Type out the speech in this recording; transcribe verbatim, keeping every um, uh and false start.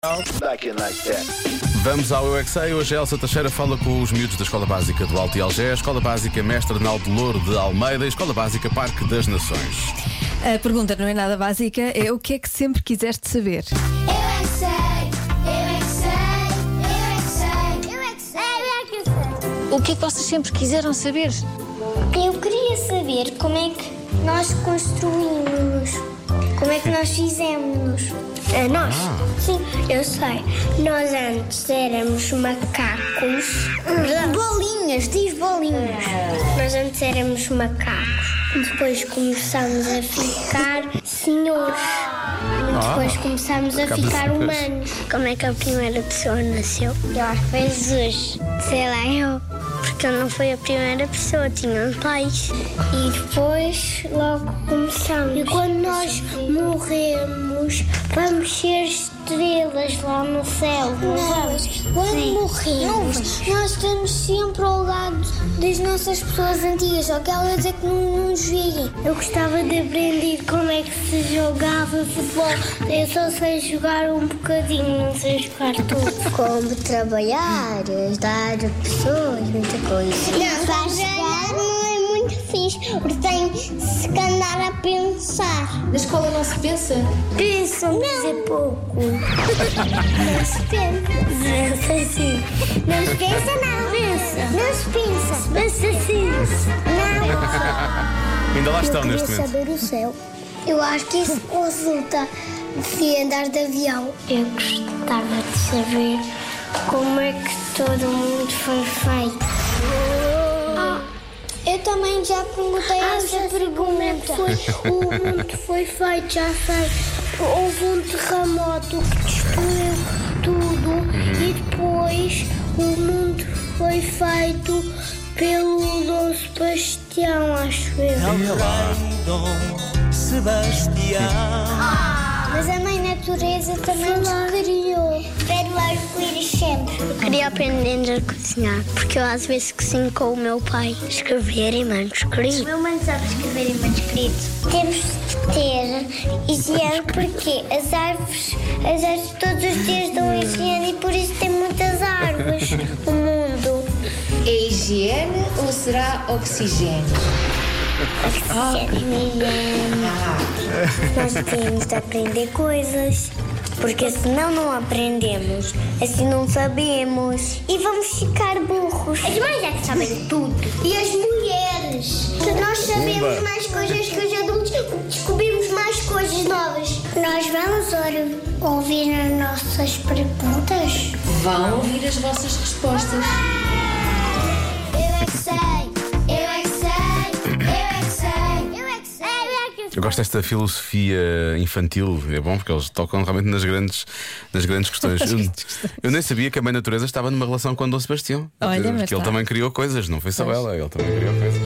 Like it like that. Vamos ao Eu é que Sei. Hoje a Elsa Teixeira fala com os miúdos da Escola Básica do Alto e Algés, Escola Básica Mestre Arnaldo Louro de Almeida e Escola Básica Parque das Nações. A pergunta não é nada básica, é o que é que sempre quiseste saber? Eu é que sei, eu é que sei, eu é que sei, eu é que sei, eu é que sei. O que é que vocês sempre quiseram saber? Eu queria saber como é que nós construímos, como é que nós fizemos. É nós? Sim, eu sei. Nós antes éramos macacos. Bolinhas, diz bolinhas. Nós antes éramos macacos. Depois começámos a ficar senhores. E depois começámos a ficar humanos. Como é que a primeira pessoa nasceu? Eu acho que foi Jesus. Sei lá, eu. Porque eu não fui a primeira pessoa, tinha pais. E depois logo começamos. E quando nós morremos, vamos ser estrelas lá no céu. Não, vamos. Quando Sim. morremos, nós estamos sempre ao lado das nossas pessoas antigas, só que elas é que não nos veem. Eu gostava de aprender como é que se jogava futebol. Eu só sei jogar um bocadinho, não sei jogar tudo. Como trabalhar, ajudar pessoas, muita coisa. Não, trabalhar não é muito fixe, porque tem se andar a pensar. Na escola não se pensa? Pensam, mas é pouco. Não se pensa. Pensa sim. Não se pensa, não. Pensa. Não se pensa. Pensa sim. Não. Ainda lá estão Eu neste queria momento. saber o céu. Eu acho que isso resulta de andar de avião. Eu gostava de saber como é que todo mundo foi feito. Ah, eu também já perguntei ah, essa já pergunta. Foi, o mundo foi feito, já sei. Houve um terremoto que destruiu tudo e depois o mundo foi feito pelo Dom Sebastião, acho eu. Dom Sebastião. Mas a mãe natureza também nos criou. Quero arco-íris sempre. Eu queria aprender a cozinhar, porque eu às vezes cozinho com o meu pai. Escrever em manuscrito. O meu mãe sabe escrever em manuscrito. Temos de ter higiene porque as árvores, as árvores todos os dias dão higiene e por isso tem muitas árvores no mundo. É higiene ou será oxigênio? Nós temos de aprender coisas, porque senão não aprendemos, assim não sabemos e vamos ficar burros. As mães é que sabem tudo e as mulheres. Nós sabemos Umba. mais coisas que os adultos, descobrimos mais coisas novas. Nós vamos ouvir as nossas perguntas. Vão ouvir as vossas respostas. Eu gosto desta filosofia infantil, é bom porque eles tocam realmente nas grandes, nas grandes questões. Eu, eu nem sabia que a mãe natureza estava numa relação com o Dom Sebastião. Olha, mas porque ele tá. também criou coisas, não foi só Pois. ela, ele também criou coisas.